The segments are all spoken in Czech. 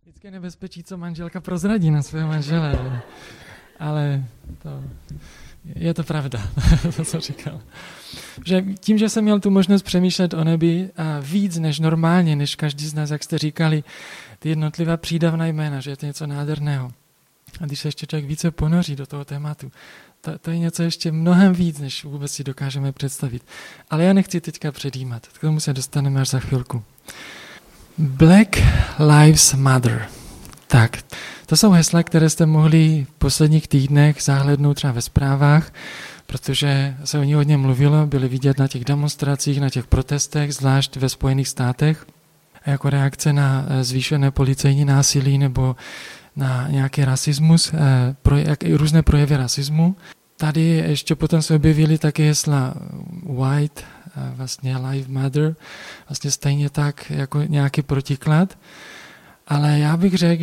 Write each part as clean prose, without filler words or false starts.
Vždycky je nebezpečí, co manželka prozradí na svého manžele. Ale je to pravda, to, co říkal. Že tím, že jsem měl tu možnost přemýšlet o nebi a víc než normálně, než každý z nás, jak jste říkali, ty jednotlivá přídavná jména, že je to něco nádherného. A když se ještě člověk více ponoří do toho tématu, to je něco ještě mnohem víc, než vůbec si dokážeme představit. Ale já nechci teďka předjímat, k tomu se dostaneme až za chvilku. Black Lives Matter. Tak, to jsou hesla, které jste mohli v posledních týdnech zahlédnout třeba ve zprávách, protože se o ní hodně mluvilo, byly vidět na těch demonstracích, na těch protestech, zvlášť ve Spojených státech, jako reakce na zvýšené policejní násilí nebo na nějaký rasismus, různé projevy rasismu. Tady ještě potom se objevily taky hesla White, vlastně Lives Matter, vlastně stejně tak jako nějaký protiklad. Ale já bych řekl,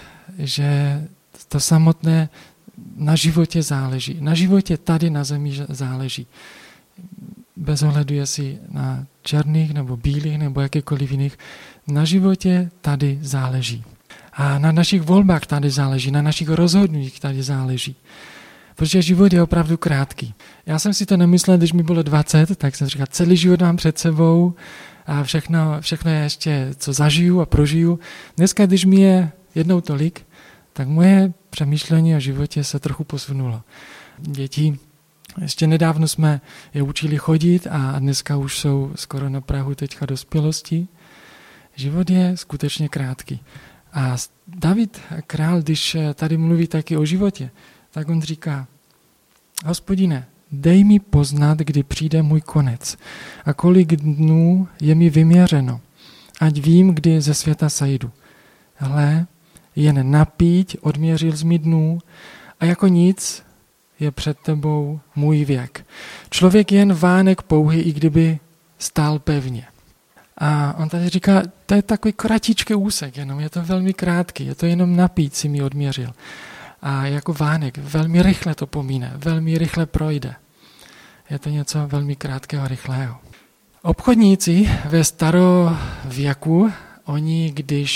že to samotné na životě záleží. Na životě tady na zemi záleží. Bez ohledu jestli na černých nebo bílých nebo jakýkoliv jiných. Na životě tady záleží. A na našich volbách tady záleží, na našich rozhodnutích tady záleží. Protože život je opravdu krátký. Já jsem si to nemyslel, když mi bylo 20, tak jsem říkal, celý život mám před sebou a všechno je ještě, co zažiju a prožiju. Dneska, když mi je jednou tolik, tak moje přemýšlení o životě se trochu posunulo. Děti, ještě nedávno jsme je učili chodit a dneska už jsou skoro na prahu teďka dospělosti. Život je skutečně krátký. A David král, když tady mluví taky o životě, tak on říká, Hospodine, dej mi poznat, kdy přijde můj konec a kolik dnů je mi vyměřeno, ať vím, kdy ze světa sejdu. Hle, jen napíť odměřil jsi mi dnů a jako nic je před tebou můj věk. Člověk jen vánek pouhý, i kdyby stál pevně. A on tady říká, to je takový kratičký úsek, jenom je to velmi krátký, je to jenom napít si mi odměřil. A jako vánek velmi rychle to pomíne, velmi rychle projde. Je to něco velmi krátkého a rychlého. Obchodníci ve starověku, oni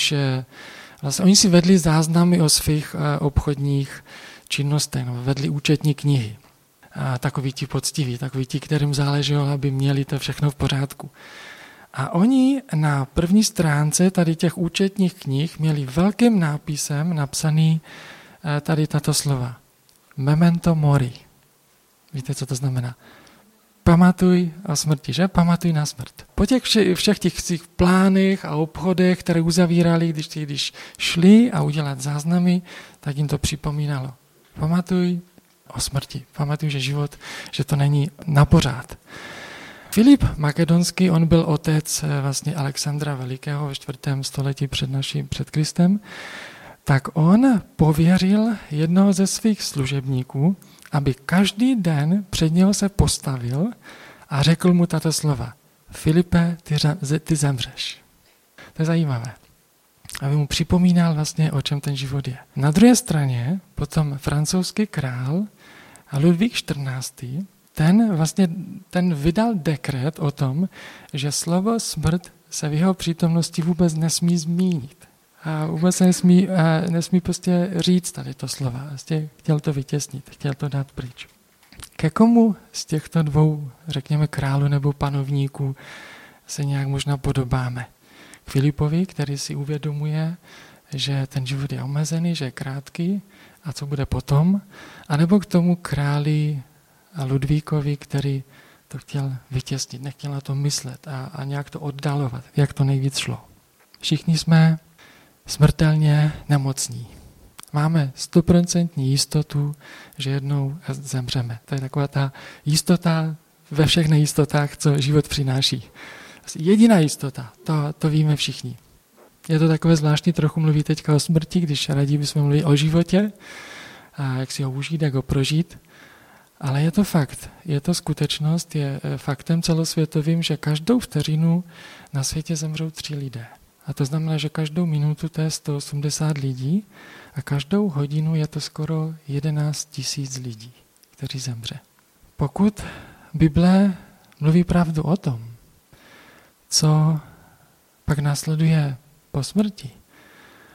si vedli záznamy o svých obchodních činnostech, vedli účetní knihy. A takoví ti poctiví, takoví ti, kterým záleželo, aby měli to všechno v pořádku. A oni na první stránce tady těch účetních knih měli velkým nápisem napsaný tady tato slova. Memento mori. Víte, co to znamená? Pamatuj o smrti, že? Pamatuj na smrt. Po těch všech těch plánech a obchodech, které uzavírali, když šli a udělat záznamy, tak jim to připomínalo. Pamatuj o smrti. Pamatuj, že život, že to není na pořád. Filip Makedonský, on byl otec vlastně Alexandra Velikého ve 4. století před Kristem, tak on pověřil jednoho ze svých služebníků, aby každý den před něho se postavil a řekl mu tato slova. Filipe, ty zemřeš. To je zajímavé. Aby mu připomínal vlastně, o čem ten život je. Na druhé straně potom francouzský král Ludvík XIV. Ten vydal dekret o tom, že slovo smrt se v jeho přítomnosti vůbec nesmí zmínit. A vůbec se nesmí prostě říct tady to slova. Vlastně chtěl to vytěsnit, chtěl to dát pryč. Ke komu z těchto dvou, řekněme, králů nebo panovníků se nějak možná podobáme? K Filipovi, který si uvědomuje, že ten život je omezený, že je krátký a co bude potom? A nebo k tomu králi a Ludvíkovi, který to chtěl vytěsnit, nechtěl na to myslet a nějak to oddalovat, jak to nejvíc šlo. Všichni jsme smrtelně nemocní. Máme 100% jistotu, že jednou zemřeme. To je taková ta jistota ve všech nejistotách, co život přináší. Jediná jistota, to víme všichni. Je to takové zvláštní, trochu mluví teďka o smrti, když raději bychom mluvili o životě, a jak si ho užít, jak ho prožít. Ale je to fakt, je to skutečnost, je faktem celosvětovým, že každou vteřinu na světě zemřou 3 lidé. A to znamená, že každou minutu to je 180 lidí a každou hodinu je to skoro 11 000 lidí, kteří zemře. Pokud Bible mluví pravdu o tom, co pak následuje po smrti,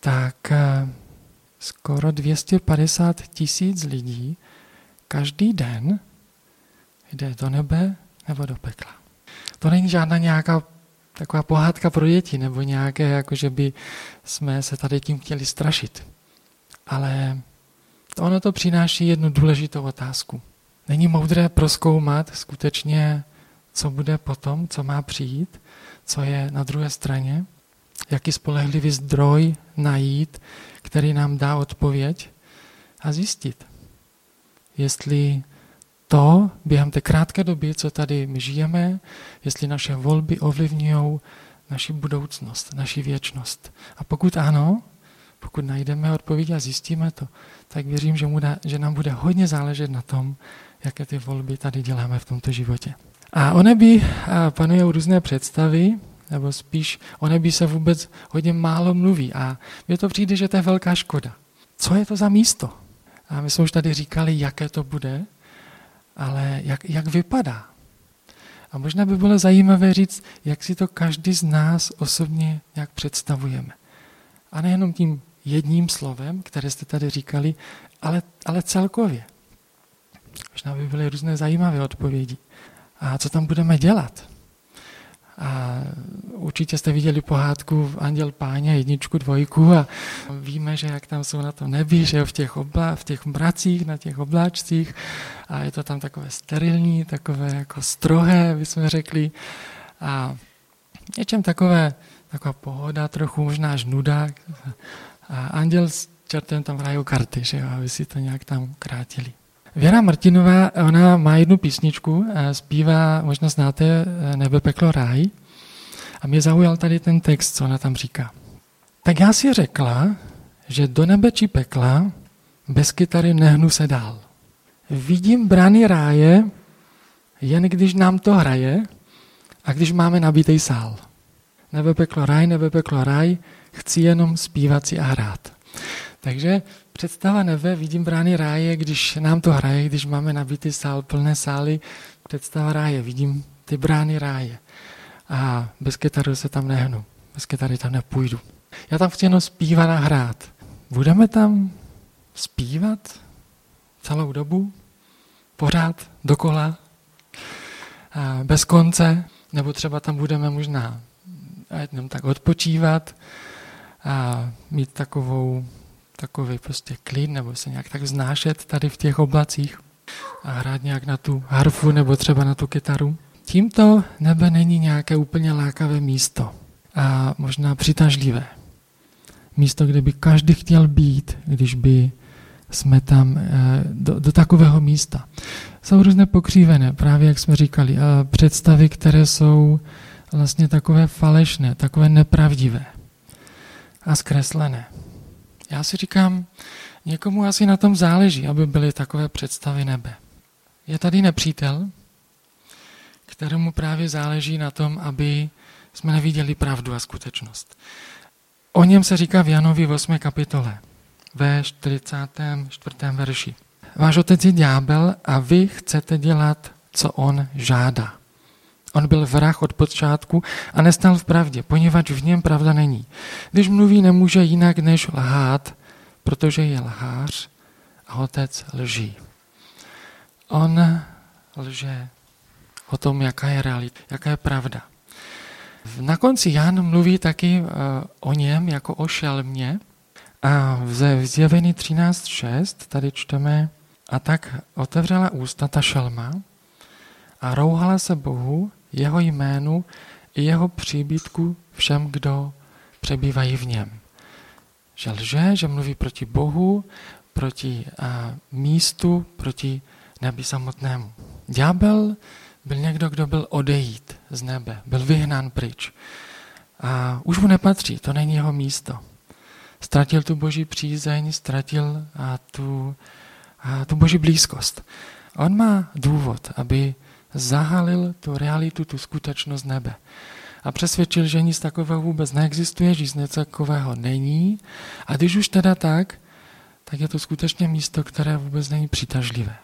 tak skoro 250 000 lidí každý den jde do nebe nebo do pekla. To není žádná nějaká taková pohádka pro děti, nebo nějaké, jako že by jsme se tady tím chtěli strašit. Ale ono to přináší jednu důležitou otázku. Není moudré prozkoumat skutečně, co bude potom, co má přijít, co je na druhé straně, jaký spolehlivý zdroj najít, který nám dá odpověď a zjistit, jestli to během té krátké doby, co tady my žijeme, jestli naše volby ovlivňují naši budoucnost, naši věčnost. A pokud ano, pokud najdeme odpověď a zjistíme to, tak věřím, že nám bude hodně záležet na tom, jaké ty volby tady děláme v tomto životě. A o nebi panují různé představy, nebo spíš o nebi se vůbec hodně málo mluví. A mně to přijde, že to je velká škoda. Co je to za místo? A my jsme už tady říkali, jaké to bude, ale jak vypadá. A možná by bylo zajímavé říct, jak si to každý z nás osobně jak představujeme. A nejenom tím jedním slovem, které jste tady říkali, ale celkově. Možná by byly různé zajímavé odpovědi. A co tam budeme dělat? A určitě jste viděli pohádku Anděl Páně, 1, 2 a víme, že jak tam jsou na tom nebi, že v těch mracích, na těch obláčcích a je to tam takové sterilní, takové jako strohé, bychom řekli. A něčem taková pohoda, trochu možná až nuda. A anděl s čertem tam hrajou karty, že jo, aby si to nějak tam krátili. Věra Martinová, ona má jednu písničku, zpívá, možná znáte, Nebe, peklo, ráj. A mě zaujal tady ten text, co ona tam říká. Tak já si řekla, že do nebe či pekla bez kytary nehnu se dál. Vidím brány ráje, jen když nám to hraje a když máme nabitý sál. Nebe, peklo, ráj, chci jenom zpívat si a hrát. Takže představa nebe, vidím brány ráje, když nám to hraje, když máme nabitý sál, plné sály, představa ráje, vidím ty brány ráje. A bez kytary se tam nehnu, bez kytary tam nepůjdu. Já tam chci jenom zpívat a hrát. Budeme tam zpívat celou dobu, pořád, dokola, a bez konce, nebo třeba tam budeme možná jenom tak odpočívat a mít takový prostě klid, nebo se nějak tak vznášet tady v těch oblacích a hrát nějak na tu harfu nebo třeba na tu kytaru. Tímto nebe není nějaké úplně lákavé místo a možná přitažlivé. Místo, kde by každý chtěl být, když by jsme tam do takového místa. Jsou různé pokřívené, právě jak jsme říkali, představy, které jsou vlastně takové falešné, takové nepravdivé a zkreslené. Já si říkám, někomu asi na tom záleží, aby byly takové představy nebe. Je tady nepřítel, kterému právě záleží na tom, aby jsme neviděli pravdu a skutečnost. O něm se říká v Janovi 8. kapitole, ve 44. verši. Váš otec je ďábel a vy chcete dělat, co on žádá. On byl vrah od počátku a nestal v pravdě, poněvadž v něm pravda není. Když mluví, nemůže jinak než lhát, protože je lhář a otec lží. On lže o tom, jaká je realita, jaká je pravda. Na konci Jan mluví taky o něm jako o šelmě a v Zjevení 13.6 tady čteme: a tak otevřela ústa ta šelma a rouhala se Bohu, jeho jménu i jeho příbytku všem, kdo přebývají v něm. Že lže, že mluví proti Bohu, proti místu, proti nebi samotnému. Ďábel byl někdo, kdo byl odejít z nebe, byl vyhnán pryč. A už mu nepatří, to není jeho místo. Ztratil tu boží přízeň, ztratil tu boží blízkost. On má důvod, aby zahalil tu realitu, tu skutečnost nebe. A přesvědčil, že nic takového vůbec neexistuje, že nic takového není. A když už teda tak je to skutečně místo, které vůbec není přitažlivé.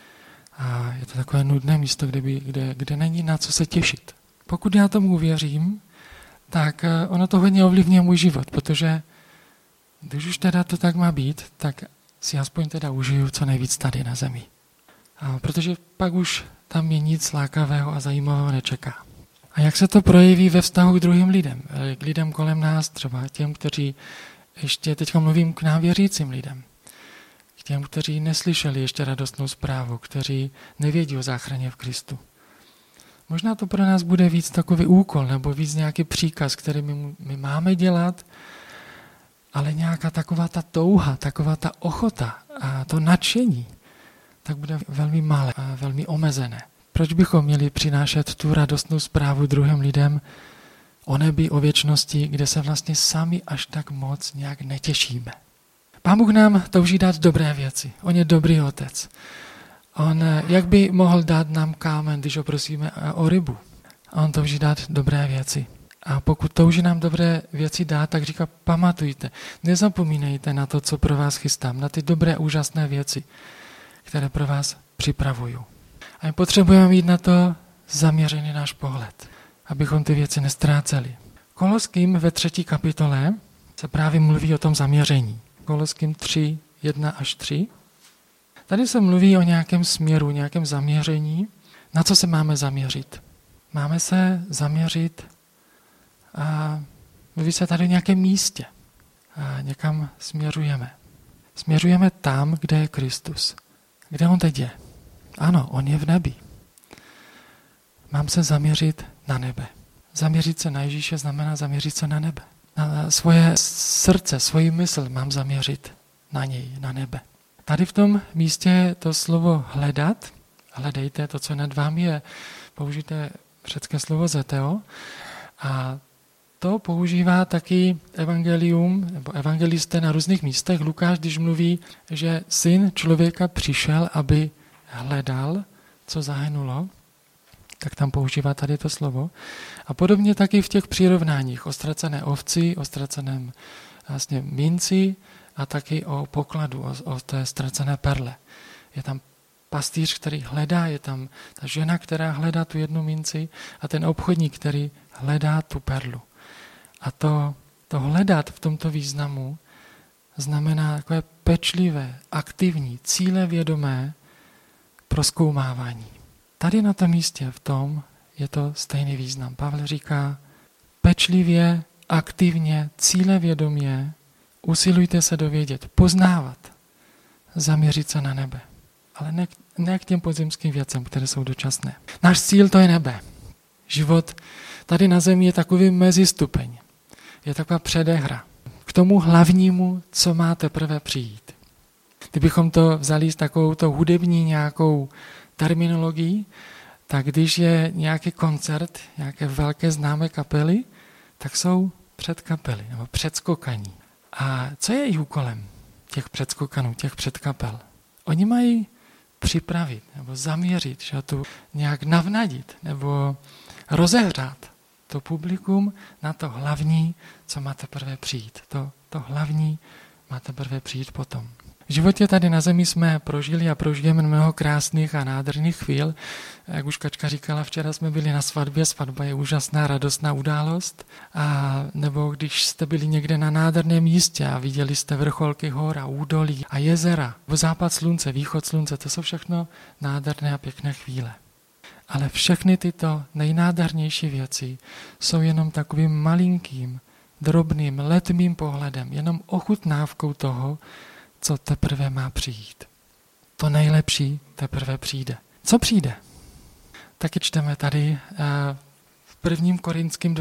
A je to takové nudné místo, kde není na co se těšit. Pokud já tomu uvěřím, tak ono to hodně ovlivňuje můj život, protože když už teda to tak má být, tak si aspoň teda užiju co nejvíc tady na zemi. Protože pak už tam mě nic lákavého a zajímavého nečeká. A jak se to projeví ve vztahu k druhým lidem? K lidem kolem nás, třeba těm, kteří ještě teďka mluvím k nám věřícím lidem. K těm, kteří neslyšeli ještě radostnou zprávu, kteří nevědí o záchraně v Kristu. Možná to pro nás bude víc takový úkol nebo víc nějaký příkaz, který my máme dělat, ale nějaká taková ta touha, taková ta ochota a to nadšení, tak bude velmi malé a velmi omezené. Proč bychom měli přinášet tu radostnou zprávu druhým lidem o nebi, o věčnosti, kde se vlastně sami až tak moc nějak netěšíme? Pán Bůh nám touží dát dobré věci. On je dobrý otec. On, jak by mohl dát nám kámen, když ho prosíme o rybu? On touží dát dobré věci. A pokud touží nám dobré věci dát, tak říká, pamatujte, nezapomínejte na to, co pro vás chystám, na ty dobré, úžasné věci, které pro vás připravuju. A my potřebujeme mít na to zaměřený náš pohled, abychom ty věci nestráceli. Koloským ve 3. kapitole se právě mluví o tom zaměření. Koloským 3, 1 až 3. Tady se mluví o nějakém směru, nějakém zaměření. Na co se máme zaměřit? Máme se zaměřit a mluví se tady o nějakém místě. A někam směřujeme. Směřujeme tam, kde je Kristus. Kde on teď je? Ano, on je v nebi. Mám se zaměřit na nebe. Zaměřit se na Ježíše znamená zaměřit se na nebe. Na svoje srdce, svoji mysl mám zaměřit na něj, na nebe. Tady v tom místě to slovo hledat, hledejte to, co nad vámi je, použijte řecké slovo zeteo a to používá taky evangelium, nebo evangelisté na různých místech. Lukáš, když mluví, že syn člověka přišel, aby hledal, co zahynulo, tak tam používá tady to slovo. A podobně taky v těch přirovnáních o ztracené ovci, o ztraceném vlastně minci a taky o pokladu, o té ztracené perle. Je tam pastýř, který hledá, je tam ta žena, která hledá tu jednu minci a ten obchodník, který hledá tu perlu. A to hledat v tomto významu znamená takové pečlivé, aktivní, cílevědomé prozkoumávání. Tady na tom místě v tom je to stejný význam. Pavel říká pečlivě, aktivně, cílevědomě usilujte se dovědět, poznávat, zaměřit se na nebe. Ale ne k těm pozemským věcem, které jsou dočasné. Náš cíl to je nebe. Život tady na zemi je takový mezistupeň. Je taková předehra k tomu hlavnímu, co má teprve přijít. Kdybychom to vzali s takovouto hudební nějakou terminologií, tak když je nějaký koncert, nějaké velké známé kapely, tak jsou předkapely nebo předskokaní. A co je jejich úkolem těch předskokanů, těch předkapel? Oni mají připravit nebo zaměřit, že to nějak navnadit nebo rozehřát to publikum na to hlavní, co má teprve přijít. To hlavní má teprve přijít potom. V životě tady na zemi jsme prožili a prožijeme mnoho krásných a nádherných chvíl. Jak už Kačka říkala, včera jsme byli na svatbě. Svatba je úžasná, radostná událost. A nebo když jste byli někde na nádherném místě a viděli jste vrcholky hor a údolí a jezera, západ slunce, východ slunce, to jsou všechno nádherné a pěkné chvíle. Ale všechny tyto nejnádhernější věci jsou jenom takovým malinkým, drobným, letmým pohledem, jenom ochutnávkou toho, co teprve má přijít. To nejlepší teprve přijde. Co přijde? Taky čteme tady v 1. Korinským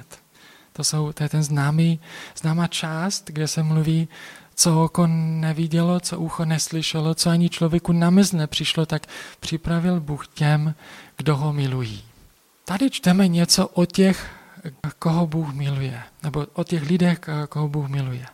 2.9. To je ten známá část, kde se mluví, co oko nevidělo, co ucho neslyšelo, co ani člověku na mysl nepřišlo, tak připravil Bůh těm, kdo ho milují. Tady čteme něco o těch, koho Bůh miluje, nebo o těch lidech, koho Bůh miluje.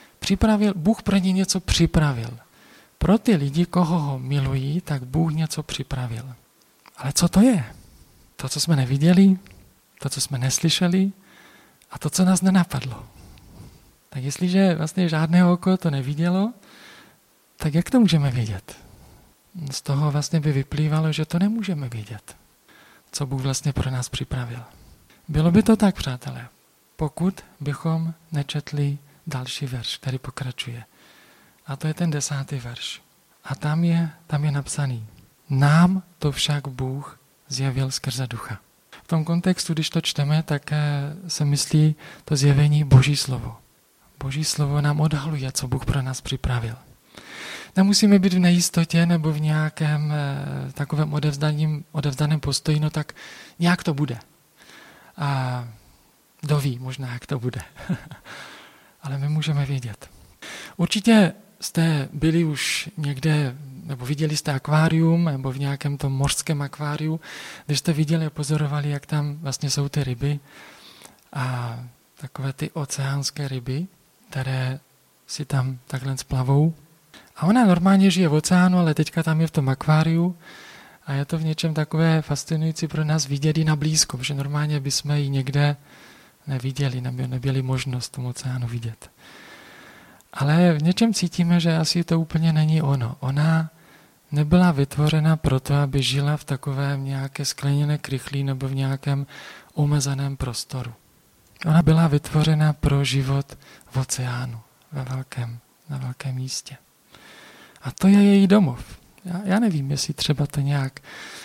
Bůh pro ně něco připravil. Pro ty lidi, koho ho milují, tak Bůh něco připravil. Ale co to je? To, co jsme neviděli, to, co jsme neslyšeli a to, co nás nenapadlo. Tak jestliže vlastně žádné oko to nevidělo, tak jak to můžeme vědět? Z toho vlastně by vyplývalo, že to nemůžeme vědět, co Bůh vlastně pro nás připravil. Bylo by to tak, přátelé, pokud bychom nečetli další verš, který pokračuje. A to je ten 10. verš. A tam je napsaný. Nám to však Bůh zjevil skrze Ducha. V tom kontextu, když to čteme, tak se myslí to zjevení Boží slovo. Boží slovo nám odhaluje, co Bůh pro nás připravil. Nemusíme být v nejistotě nebo v nějakém takovém odevzdaném postoji, no tak nějak to bude. A kdo ví, možná jak to bude. Ale my můžeme vědět. Určitě jste byli už někde, nebo viděli jste akvárium, nebo v nějakém tom mořském akváriu, když jste viděli a pozorovali, jak tam vlastně jsou ty ryby a takové ty oceánské ryby, které si tam takhle splavou. A ona normálně žije v oceánu, ale teďka tam je v tom akváriu a je to v něčem takové fascinující pro nás vidět i na blízko, protože normálně bychom ji někde neviděli, nebyli možnost v tom oceánu vidět. Ale v něčem cítíme, že asi to úplně není ono. Ona nebyla vytvořena proto, aby žila v takovém nějaké skleněné krychlí nebo v nějakém omezeném prostoru. Ona byla vytvořena pro život v oceánu, na velkém místě. A to je její domov. Já nevím, jestli třeba to nějak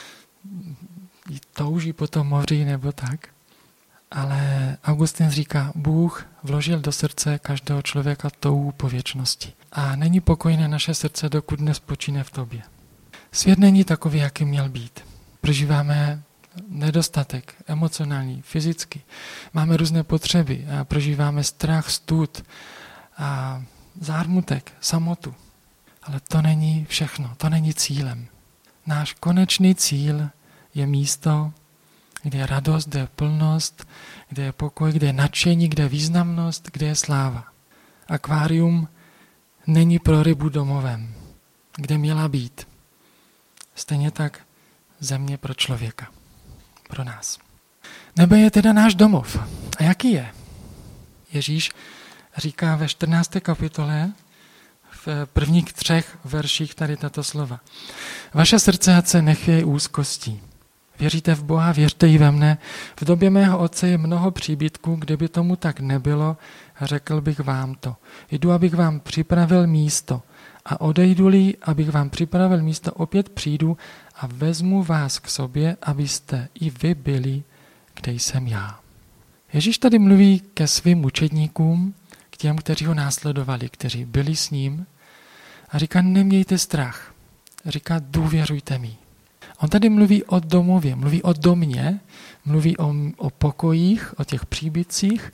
touží po tom moři nebo tak, ale Augustin říká, Bůh vložil do srdce každého člověka touhu po věčnosti. A není pokojné naše srdce, dokud nespočíne v tobě. Svět není takový, jaký měl být. Prožíváme nedostatek, emocionální, fyzicky. Máme různé potřeby a prožíváme strach, stud a zármutek, samotu. Ale to není všechno, to není cílem. Náš konečný cíl je místo, kde je radost, kde je plnost, kde je pokoj, kde je nadšení, kde je významnost, kde je sláva. Akvárium není pro rybu domovem, kde měla být. Stejně tak země pro člověka, pro nás. Nebe je teda náš domov. A jaký je? Ježíš říká ve 14. kapitole, v prvních 3 verších tady tato slova. Vaše srdce ať se nechvějí úzkostí. Věříte v Boha, věřte i ve mne. V době mého otce je mnoho příbytků, kdyby tomu tak nebylo, řekl bych vám to. Jdu, abych vám připravil místo. A odejdu-li, abych vám připravil místo, opět přijdu a vezmu vás k sobě, abyste i vy byli, kde jsem já. Ježíš tady mluví ke svým učedníkům, k těm, kteří ho následovali, kteří byli s ním a říká, nemějte strach. Říká, důvěřujte mi. On tady mluví o domově, mluví o domě, mluví o pokojích, o těch příbytcích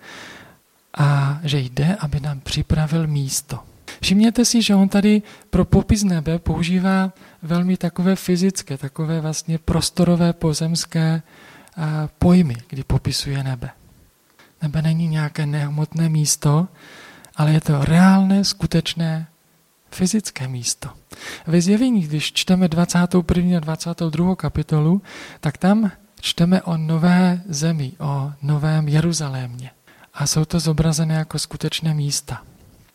a že jde, aby nám připravil místo. Všimněte si, že on tady pro popis nebe používá velmi takové fyzické, takové vlastně prostorové, pozemské pojmy, kdy popisuje nebe. Nebe není nějaké nehmotné místo, ale je to reálné, skutečné, fyzické místo. Ve Zjevení, když čteme 21. a 22. kapitolu, tak tam čteme o nové zemi, o novém Jeruzalémě. A jsou to zobrazené jako skutečné místa.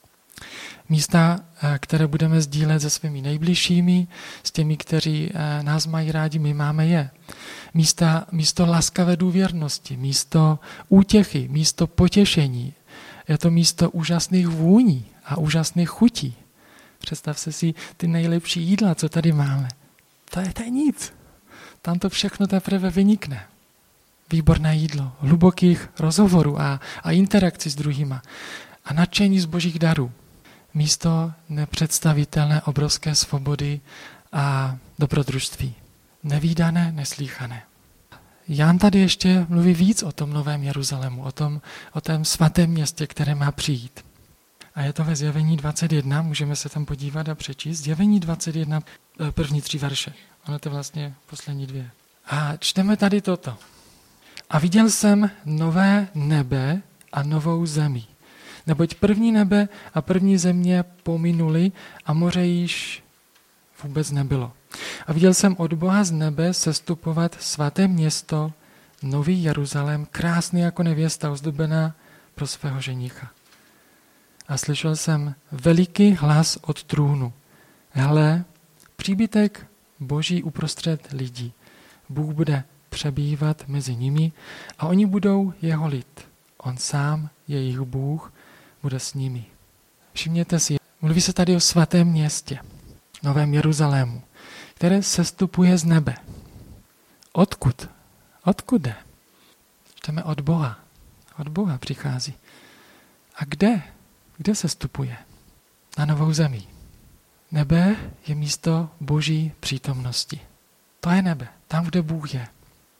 Místa, které budeme sdílet se svými nejbližšími, s těmi, kteří nás mají rádi, my máme je. Místo laskavé důvěrnosti, místo útěchy, místo potěšení. Je to místo úžasných vůní a úžasných chutí. Představte si ty nejlepší jídla, co tady máme. To je nic. Tam to všechno teprve vynikne. Výborné jídlo, hlubokých rozhovorů a interakcí s druhýma a nadšení z božích darů. Místo nepředstavitelné obrovské svobody a dobrodružství. Nevídané, neslýchané. Jan tady ještě mluví víc o tom novém Jeruzalému, o tom svatém městě, které má přijít. A je to ve Zjevení 21, můžeme se tam podívat a přečíst. Zjevení 21, první 3 verše. Ono to vlastně poslední 2. A čteme tady toto. A viděl jsem nové nebe a novou zemi. Neboť první nebe a první země pominuli a moře již vůbec nebylo. A viděl jsem od Boha z nebe sestupovat svaté město, nový Jeruzalém, krásný jako nevěsta, ozdobená pro svého ženicha. A slyšel jsem veliký hlas od trůnu. Hele, příbytek Boží uprostřed lidí. Bůh bude přebývat mezi nimi a oni budou jeho lid. On sám je jejich Bůh, bude s nimi. Všimněte si, mluví se tady o svatém městě, Novém Jeruzalému, které sestupuje z nebe. Odkud? Odkud jde? Čteme od Boha. Od Boha přichází. A kde? Kde sestupuje? Na novou zemi. Nebe je místo Boží přítomnosti. To je nebe, tam, kde Bůh je.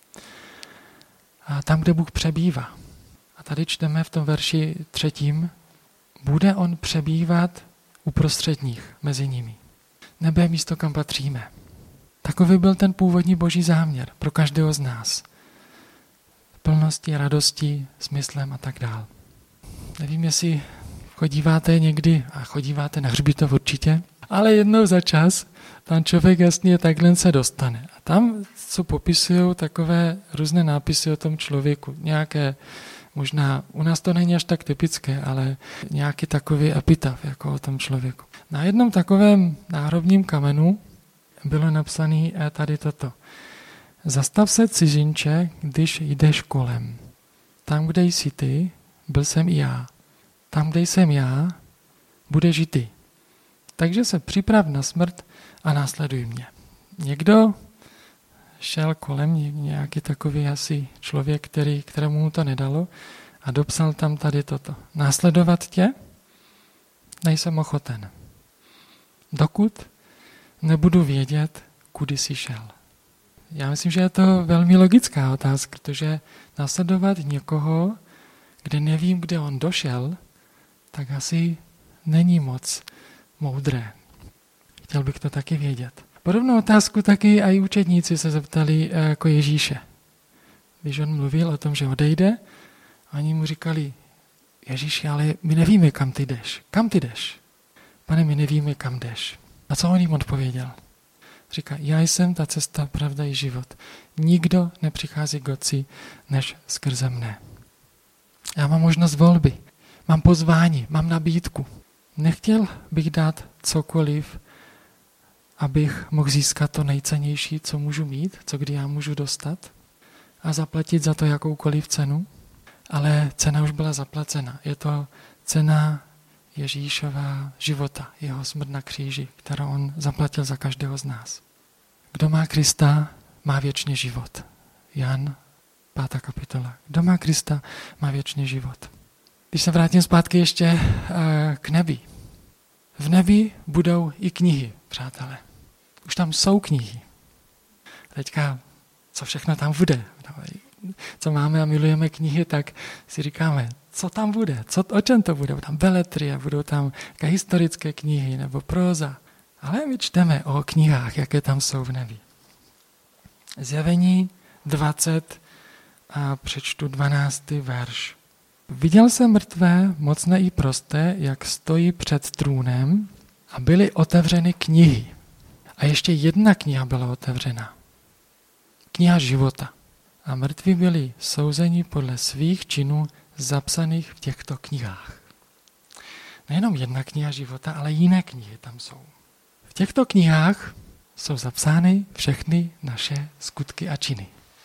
A tam, kde Bůh přebývá. A tady čteme v tom verši 3. Bude on přebývat uprostřed nich, mezi nimi. Nebe je místo, kam patříme. Takový byl ten původní Boží záměr pro každého z nás. Plností, radostí, smyslem a tak dál. Nevím, jestli chodíváte někdy, a chodíváte na hřbitov určitě, ale jednou za čas tam člověk jasně takhle se dostane. A tam, co popisují takové různé nápisy o tom člověku, nějaké, možná u nás to není až tak typické, ale nějaký takový epitaf jako o tom člověku. Na jednom takovém náhrobním kamenu bylo napsané tady toto. Zastav se, cizinče, když jdeš kolem. Tam, kde jsi ty, byl jsem i já. Tam, kde jsem já, budeš i ty. Takže se připrav na smrt a následuj mě. Někdo šel kolem, nějaký takový asi člověk, kterému mu to nedalo a dopsal tam tady toto. Následovat tě? Nejsem ochoten. Dokud nebudu vědět, kudy jsi šel. Já myslím, že je to velmi logická otázka, protože následovat někoho, kde nevím, kde on došel, tak asi není moc moudré. Chtěl bych to taky vědět. Podobnou otázku taky i učedníci se zeptali jako Ježíše. Když on mluvil o tom, že odejde, oni mu říkali, Ježíši, ale my nevíme, kam ty jdeš. Kam ty jdeš? Pane, my nevíme, kam jdeš. A co on jim odpověděl? Říká, já jsem ta cesta, pravda i život. Nikdo nepřichází k Otci, než skrze mne. Já mám možnost volby, mám pozvání, mám nabídku. Nechtěl bych dát cokoliv, abych mohl získat to nejcennější, co můžu mít, co kdy já můžu dostat a zaplatit za to jakoukoliv cenu, ale cena už byla zaplacena. Je to cena Ježíšova života, jeho smrt na kříži, kterou on zaplatil za každého z nás. Kdo má Krista, má věčný život. Jan, 5. kapitola. Kdo má Krista, má věčný život. Když se vrátím zpátky ještě k nebi. V nebi budou i knihy, přátelé. Už tam jsou knihy. Teďka, co všechno tam bude? Co máme a milujeme knihy, tak si říkáme, co tam bude, o čem to bude. Budou tam beletrie, budou tam historické knihy nebo próza. Ale my čteme o knihách, jaké tam jsou v nebi. Zjevení 20 a přečtu 12. verš. Viděl jsem mrtvé, mocné i prosté, jak stojí před trůnem a byly otevřeny knihy. A ještě jedna kniha byla otevřena. Kniha života. A mrtví byli souzeni podle svých činů zapsaných v těchto knihách. Nejenom jedna kniha života, ale jiné knihy tam jsou. V těchto knihách jsou zapsány všechny naše skutky a činy.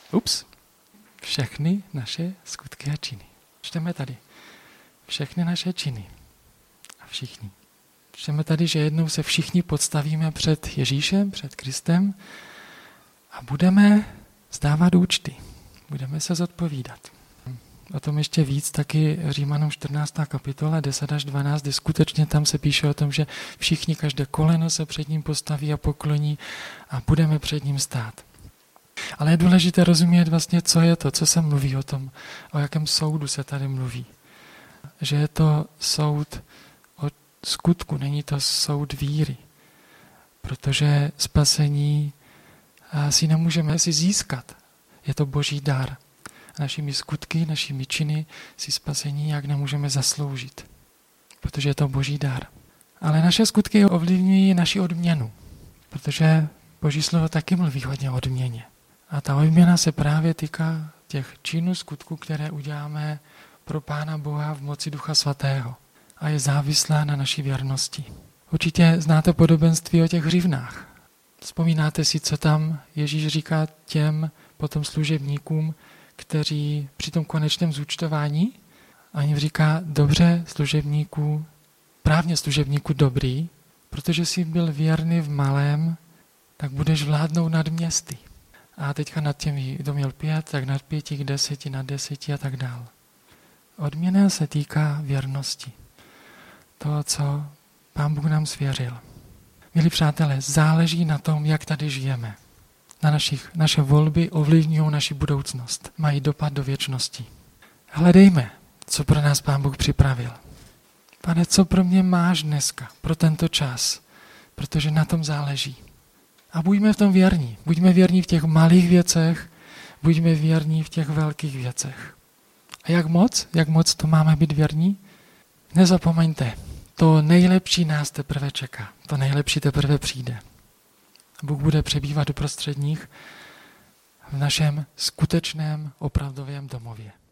Všechny naše skutky a činy. Čteme tady. Všechny naše činy. A všichni. Čteme tady, že jednou se všichni podstavíme před Ježíšem, před Kristem a budeme zdávat účty. Budeme se zodpovídat. O tom ještě víc taky Římanům 14. kapitola 10 až 12, kdy skutečně tam se píše o tom, že všichni, každé koleno se před ním postaví a pokloní a budeme před ním stát. Ale je důležité rozumět vlastně, co je to, co se mluví o tom, o jakém soudu se tady mluví. Že je to soud o skutku, není to soud víry. Protože spasení si nemůžeme získat. Je to Boží dar. Našimi skutky, našimi činy si spasení jak nemůžeme zasloužit. Protože je to Boží dar. Ale naše skutky ovlivňují naši odměnu. Protože Boží slovo taky mluví hodně o odměně. A ta odměna se právě týká těch činů, skutků, které uděláme pro Pána Boha v moci Ducha Svatého. A je závislá na naší věrnosti. Určitě znáte podobenství o těch hřivnách. Vzpomínáte si, co tam Ježíš říká těm potom služebníkům, kteří při tom konečném zúčtování A on jim říká, dobře služebníku, právně služebníku dobrý, protože jsi byl věrný v malém, tak budeš vládnout nad městy. A teďka nad těmi, kdo měl 5, tak nad 5 k 10, nad 10 a tak dál. Odměna se týká věrnosti. To, co Pán Bůh nám svěřil. Milí přátelé, záleží na tom, jak tady žijeme. Naše volby ovlivňují naši budoucnost. Mají dopad do věčnosti. Hledejme, co pro nás Pán Bůh připravil. Pane, co pro mě máš dneska, pro tento čas, protože na tom záleží. A buďme v tom věrní. Buďme věrní v těch malých věcech, buďme věrní v těch velkých věcech. A jak moc to máme být věrní? Nezapomeňte, to nejlepší nás teprve čeká. To nejlepší teprve přijde. Bůh bude přebývat uprostřed nich v našem skutečném, opravdovém domově.